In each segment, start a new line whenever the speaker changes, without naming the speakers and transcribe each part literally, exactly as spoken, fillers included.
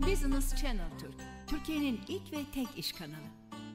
Business Channel Türk, Türkiye'nin ilk ve tek iş kanalı.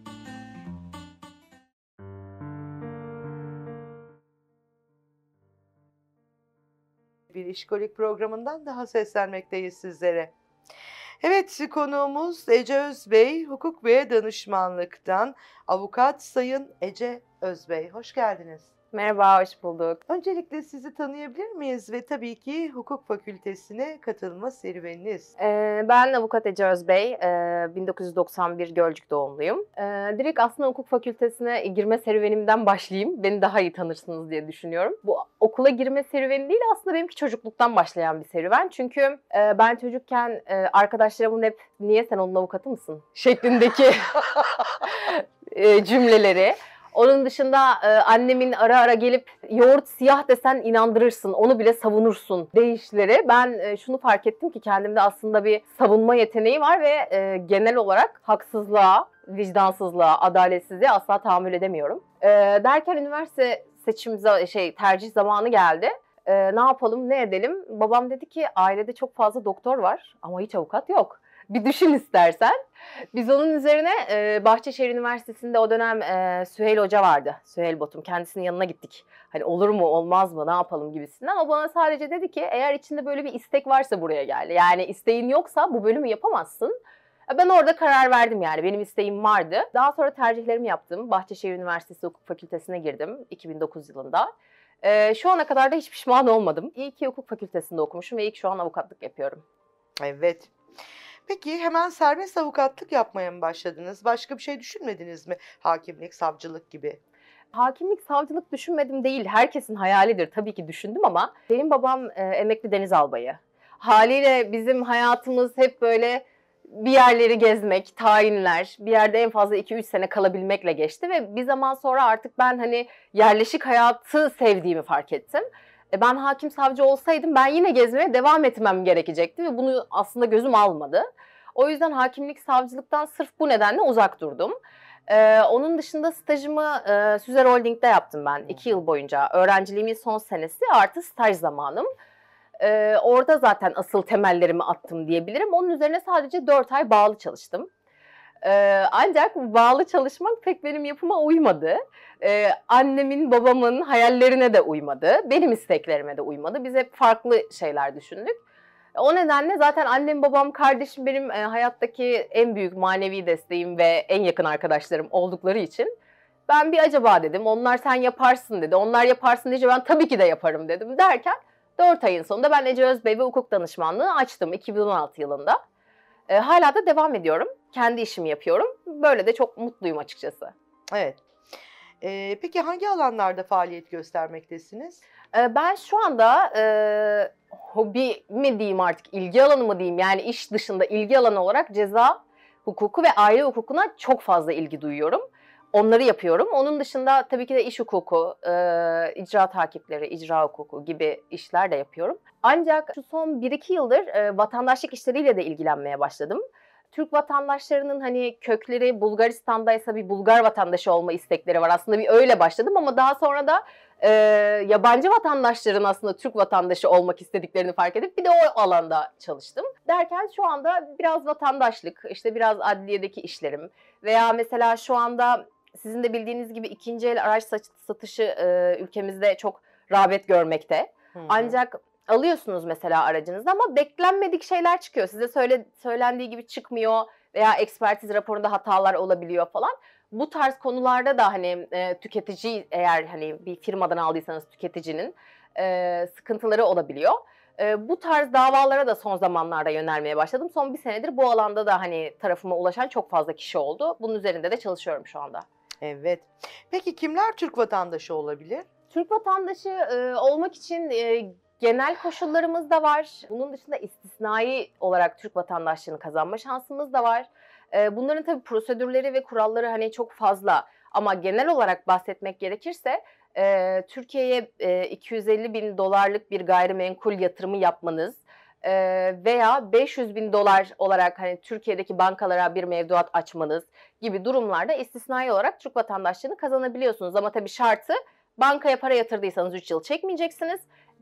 Bir İşkolik programından daha seslenmekteyiz sizlere. Evet, konuğumuz Ece Özbey, hukuk ve danışmanlıktan avukat Sayın Ece Özbey. Hoş geldiniz.
Merhaba, hoş bulduk.
Öncelikle sizi tanıyabilir miyiz ve tabii ki hukuk fakültesine katılma serüveniniz?
Ee, ben avukat Ece Özbey, ee, bin dokuz yüz doksan bir Gölcük doğumluyum. Ee, direkt aslında hukuk fakültesine girme serüvenimden başlayayım, beni daha iyi tanırsınız diye düşünüyorum. Bu okula girme serüveni değil, aslında benimki çocukluktan başlayan bir serüven. Çünkü e, ben çocukken e, arkadaşlarımın hep "niye sen onun avukatı mısın?" şeklindeki e, cümleleri. Onun dışında e, annemin ara ara gelip "yoğurt siyah desen inandırırsın, onu bile savunursun" deyişleri. Ben e, şunu fark ettim ki kendimde aslında bir savunma yeteneği var ve e, genel olarak haksızlığa, vicdansızlığa, adaletsizliğe asla tahammül edemiyorum. E, derken üniversite seçim şey tercih zamanı geldi. E, ne yapalım, ne edelim? Babam dedi ki ailede çok fazla doktor var ama hiç avukat yok. Bir düşün istersen. Biz onun üzerine e, Bahçeşehir Üniversitesi'nde o dönem e, Süheyl Hoca vardı. Süheyl Botum. Kendisinin yanına gittik. Hani olur mu olmaz mı ne yapalım gibisinden. O bana sadece dedi ki eğer içinde böyle bir istek varsa buraya gel. Yani isteğin yoksa bu bölümü yapamazsın. Ben orada karar verdim yani. Benim isteğim vardı. Daha sonra tercihlerimi yaptım. Bahçeşehir Üniversitesi Hukuk Fakültesi'ne girdim iki bin dokuz yılında. E, şu ana kadar da hiç pişman olmadım. İyi ki hukuk fakültesinde okumuşum ve iyi ki şu an avukatlık yapıyorum.
Evet. Peki hemen serbest avukatlık yapmaya mı başladınız? Başka bir şey düşünmediniz mi? Hakimlik, savcılık gibi.
Hakimlik, savcılık düşünmedim değil. Herkesin hayalidir. Tabii ki düşündüm ama benim babam e, emekli deniz albayı. Haliyle bizim hayatımız hep böyle bir yerleri gezmek, tayinler, bir yerde en fazla iki üç sene kalabilmekle geçti ve bir zaman sonra artık ben hani yerleşik hayatı sevdiğimi fark ettim. Ben hakim savcı olsaydım ben yine gezmeye devam etmem gerekecekti ve bunu aslında gözüm almadı. O yüzden hakimlik savcılıktan sırf bu nedenle uzak durdum. Ee, onun dışında stajımı e, Süzer Holding'de yaptım ben iki yıl boyunca. Öğrenciliğimin son senesi artı staj zamanım. Ee, orada zaten asıl temellerimi attım diyebilirim. Onun üzerine sadece dört ay bağlı çalıştım. Ee, ancak bağlı çalışmak pek benim yapıma uymadı. Ee, annemin, babamın hayallerine de uymadı. Benim isteklerime de uymadı. Biz hep farklı şeyler düşündük. O nedenle zaten annem, babam, kardeşim benim e, hayattaki en büyük manevi desteğim ve en yakın arkadaşlarım oldukları için ben bir acaba dedim. Onlar sen yaparsın dedi. Onlar yaparsın deyince ben tabii ki de yaparım dedim derken dört ayın sonunda ben Ece Özbey ve hukuk danışmanlığı açtım iki bin on altı yılında. E, hala da devam ediyorum. Kendi işimi yapıyorum. Böyle de çok mutluyum açıkçası.
Evet. Ee, peki hangi alanlarda faaliyet göstermektesiniz?
E, ben şu anda e, hobi mi diyeyim artık, ilgi alanı mı diyeyim? Yani iş dışında ilgi alanı olarak ceza hukuku ve aile hukukuna çok fazla ilgi duyuyorum. Onları yapıyorum. Onun dışında tabii ki de iş hukuku, e, icra takipleri, icra hukuku gibi işler de yapıyorum. Ancak şu son bir iki yıldır e, vatandaşlık işleriyle de ilgilenmeye başladım. Türk vatandaşlarının hani kökleri Bulgaristan'daysa bir Bulgar vatandaşı olma istekleri var. Aslında bir öyle başladım ama daha sonra da e, yabancı vatandaşların aslında Türk vatandaşı olmak istediklerini fark edip bir de o alanda çalıştım. Derken şu anda biraz vatandaşlık, işte biraz adliyedeki işlerim veya mesela şu anda sizin de bildiğiniz gibi ikinci el araç satışı e, ülkemizde çok rağbet görmekte. Hı hı. Ancak alıyorsunuz mesela aracınızı ama beklenmedik şeyler çıkıyor. Size söyle, söylendiği gibi çıkmıyor veya ekspertiz raporunda hatalar olabiliyor falan. Bu tarz konularda da hani e, tüketici, eğer hani bir firmadan aldıysanız tüketicinin e, sıkıntıları olabiliyor. E, bu tarz davalara da son zamanlarda yönelmeye başladım. Son bir senedir bu alanda da hani tarafıma ulaşan çok fazla kişi oldu. Bunun üzerinde de çalışıyorum şu anda.
Evet. Peki kimler Türk vatandaşı olabilir?
Türk vatandaşı e, olmak için e, genel koşullarımız da var. Bunun dışında istisnai olarak Türk vatandaşlığını kazanma şansımız da var. E, bunların tabii prosedürleri ve kuralları hani çok fazla. Ama genel olarak bahsetmek gerekirse e, Türkiye'ye e, iki yüz elli bin dolarlık bir gayrimenkul yatırımı yapmanız e, veya beş yüz bin dolar olarak hani Türkiye'deki bankalara bir mevduat açmanız gibi durumlarda istisnai olarak Türk vatandaşlığını kazanabiliyorsunuz. Ama tabii şartı bankaya para yatırdıysanız üç yıl çekmeyeceksiniz.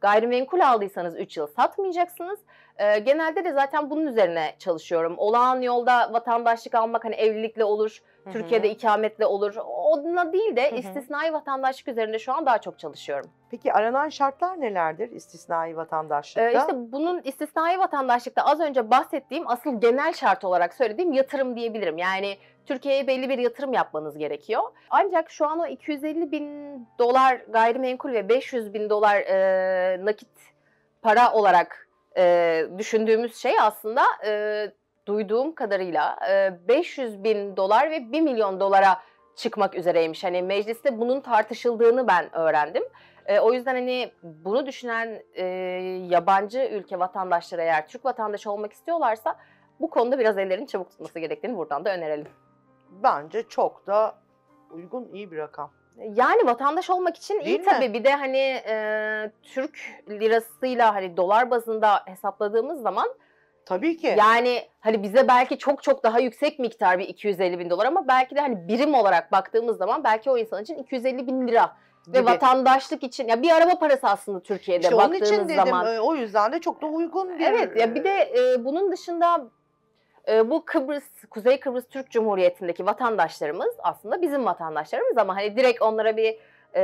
Gayrimenkul aldıysanız üç yıl satmayacaksınız. Ee, genelde de zaten bunun üzerine çalışıyorum. Olağan yolda vatandaşlık almak hani evlilikle olur,
Hı hı.
Türkiye'de ikametle olur. Onunla değil de
Hı hı.
istisnai vatandaşlık üzerinde şu an daha çok çalışıyorum.
Peki aranan şartlar nelerdir istisnai vatandaşlıkta?
Ee, işte bunun istisnai vatandaşlıkta az önce bahsettiğim asıl genel şart olarak söylediğim yatırım diyebilirim. Yani Türkiye'ye belli bir yatırım yapmanız gerekiyor. Ancak şu an o iki yüz elli bin dolar gayrimenkul ve beş yüz bin dolar e, nakit para olarak e, düşündüğümüz şey aslında e, duyduğum kadarıyla e, beş yüz bin dolar ve bir milyon dolara çıkmak üzereymiş. Hani mecliste bunun tartışıldığını ben öğrendim. E, o yüzden hani bunu düşünen e, yabancı ülke vatandaşları eğer Türk vatandaşı olmak istiyorlarsa bu konuda biraz ellerini çabuk tutması gerektiğini buradan da önerelim.
Bence çok da uygun, iyi bir rakam.
Yani vatandaş olmak için
Değil
iyi
mi?
tabii. Bir de hani e, Türk lirasıyla hani dolar bazında hesapladığımız zaman
Tabii ki.
yani hani bize belki çok çok daha yüksek miktar bir iki yüz elli bin dolar ama belki de hani birim olarak baktığımız zaman belki o insan için iki yüz elli bin lira. Ve
Gibi.
vatandaşlık için ya bir araba parası aslında Türkiye'de
İşte onun
baktığınız
için dedim
zaman.
e, o yüzden de çok da uygun bir...
Evet ya bir de e, bunun dışında e, bu Kıbrıs, Kuzey Kıbrıs Türk Cumhuriyeti'ndeki vatandaşlarımız aslında bizim vatandaşlarımız ama hani direkt onlara bir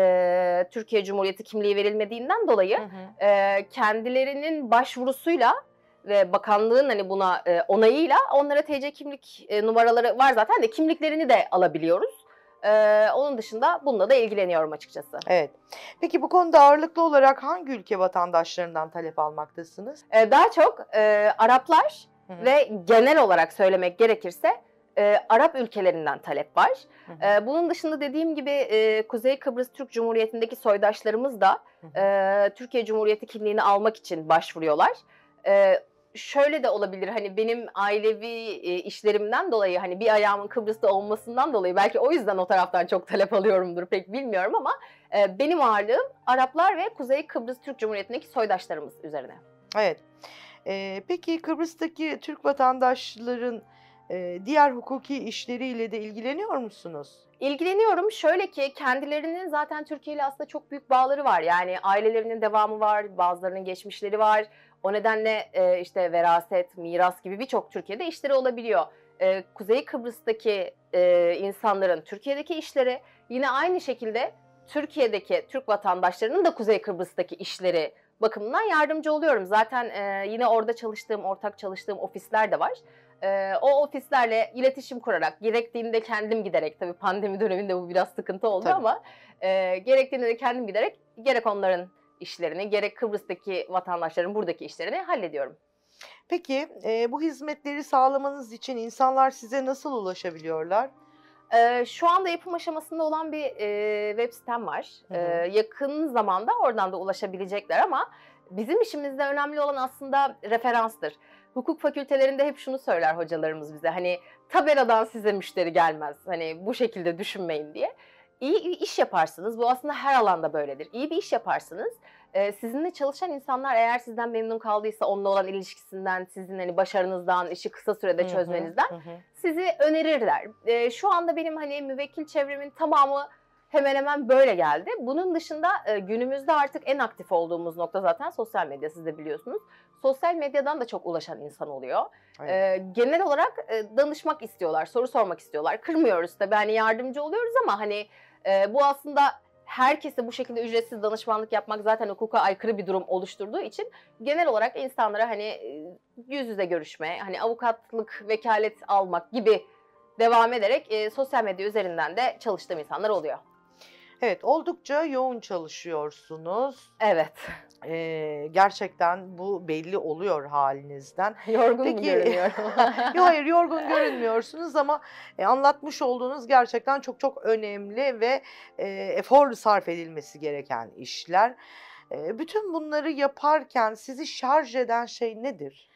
e, Türkiye Cumhuriyeti kimliği verilmediğinden dolayı
Hı hı.
e, kendilerinin başvurusuyla ve bakanlığın hani buna e, onayıyla onlara T C kimlik e, numaraları var zaten de kimliklerini de alabiliyoruz. E, onun dışında bununla da ilgileniyorum açıkçası.
Evet. Peki bu konuda ağırlıklı olarak hangi ülke vatandaşlarından talep almaktasınız?
E, daha çok e, Araplar
Hı hı.
ve genel olarak söylemek gerekirse e, Arap ülkelerinden talep var.
Hı hı.
E, bunun dışında dediğim gibi e, Kuzey Kıbrıs Türk Cumhuriyeti'ndeki soydaşlarımız da
Hı hı.
e, Türkiye Cumhuriyeti kimliğini almak için başvuruyorlar. E, şöyle de olabilir hani benim ailevi e, işlerimden dolayı hani bir ayağımın Kıbrıs'ta olmasından dolayı belki o yüzden o taraftan çok talep alıyorumdur pek bilmiyorum ama e, benim ağırlığım Araplar ve Kuzey Kıbrıs Türk Cumhuriyeti'ndeki soydaşlarımız üzerine.
Evet. Ee, peki Kıbrıs'taki Türk vatandaşların e, diğer hukuki işleriyle de ilgileniyor musunuz?
İlgileniyorum. Şöyle ki kendilerinin zaten Türkiye ile aslında çok büyük bağları var. Yani ailelerinin devamı var, bazılarının geçmişleri var. O nedenle e, işte veraset, miras gibi birçok Türkiye'de işleri olabiliyor. E, Kuzey Kıbrıs'taki e, insanların Türkiye'deki işleri yine aynı şekilde Türkiye'deki Türk vatandaşlarının da Kuzey Kıbrıs'taki işleri bakımından yardımcı oluyorum. Zaten e, yine orada çalıştığım, ortak çalıştığım ofisler de var. Ee, o ofislerle iletişim kurarak, gerektiğinde kendim giderek, tabii pandemi döneminde bu biraz sıkıntı oldu
Tabii.
ama e, gerektiğinde de kendim giderek gerek onların işlerini, gerek Kıbrıs'taki vatandaşların buradaki işlerini hallediyorum.
Peki e, bu hizmetleri sağlamanız için insanlar size nasıl ulaşabiliyorlar?
Ee, şu anda yapım aşamasında olan bir e, web sitem var.
Hı hı.
Ee, yakın zamanda oradan da ulaşabilecekler ama bizim işimizde önemli olan aslında referanstır. Hukuk fakültelerinde hep şunu söyler hocalarımız bize, hani tabeladan size müşteri gelmez, hani bu şekilde düşünmeyin diye. İyi bir iş yaparsınız, bu aslında her alanda böyledir. İyi bir iş yaparsınız, e, sizinle çalışan insanlar eğer sizden memnun kaldıysa onunla olan ilişkisinden, sizin hani başarınızdan, işi kısa sürede
Hı hı,
çözmenizden
hı hı.
sizi önerirler. E, şu anda benim hani müvekkil çevremin tamamı hemen hemen böyle geldi. Bunun dışında e, günümüzde artık en aktif olduğumuz nokta zaten sosyal medya, siz de biliyorsunuz. Sosyal medyadan da çok ulaşan insan oluyor.
Evet.
E, genel olarak e, danışmak istiyorlar, soru sormak istiyorlar. Kırmıyoruz tabii, hani yardımcı oluyoruz ama hani e, bu aslında herkese bu şekilde ücretsiz danışmanlık yapmak zaten hukuka aykırı bir durum oluşturduğu için genel olarak insanlara hani e, yüz yüze görüşme, hani avukatlık, vekalet almak gibi devam ederek e, sosyal medya üzerinden de çalıştığım insanlar oluyor.
Evet, oldukça yoğun çalışıyorsunuz.
Evet.
Ee, gerçekten bu belli oluyor halinizden.
Yorgun mu
Peki,
görünüyorum?
Yok hayır yorgun görünmüyorsunuz ama e, anlatmış olduğunuz gerçekten çok çok önemli ve e, efor sarf edilmesi gereken işler. E, bütün bunları yaparken sizi şarj eden şey nedir?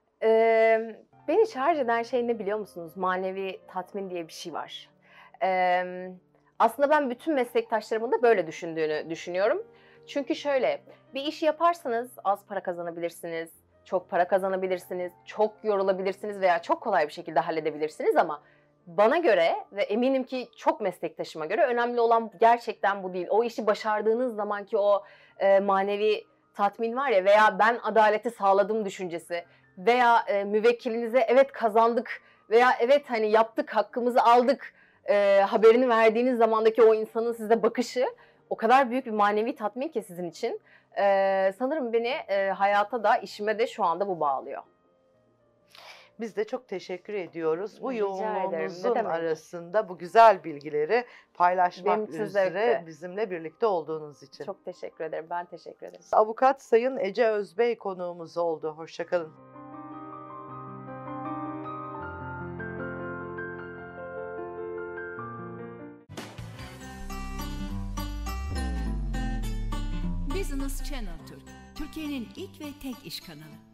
Ee, beni şarj eden şey ne biliyor musunuz? Manevi tatmin diye bir şey var. Ee, aslında ben bütün meslektaşlarımın da böyle düşündüğünü düşünüyorum. Çünkü şöyle, bir işi yaparsanız az para kazanabilirsiniz, çok para kazanabilirsiniz, çok yorulabilirsiniz veya çok kolay bir şekilde halledebilirsiniz ama bana göre ve eminim ki çok meslektaşıma göre önemli olan gerçekten bu değil. O işi başardığınız zamanki o e, manevi tatmin var ya, veya ben adaleti sağladım düşüncesi veya e, müvekkilinize evet kazandık veya evet hani yaptık, hakkımızı aldık e, haberini verdiğiniz zamandaki o insanın size bakışı o kadar büyük bir manevi tatmin ki sizin için. E, sanırım beni e, hayata da işime de şu anda bu bağlıyor.
Biz de çok teşekkür ediyoruz. Bu
Rica ederim, ne
yoğunluğumuzun
demek.
arasında bu güzel bilgileri paylaşmak
Benim için
üzere
zevkti.
bizimle birlikte olduğunuz için.
Çok teşekkür ederim. Ben teşekkür ederim.
Avukat Sayın Ece Özbey konuğumuz oldu. Hoşçakalın.
Business Channel Türk, Türkiye'nin ilk ve tek iş kanalı.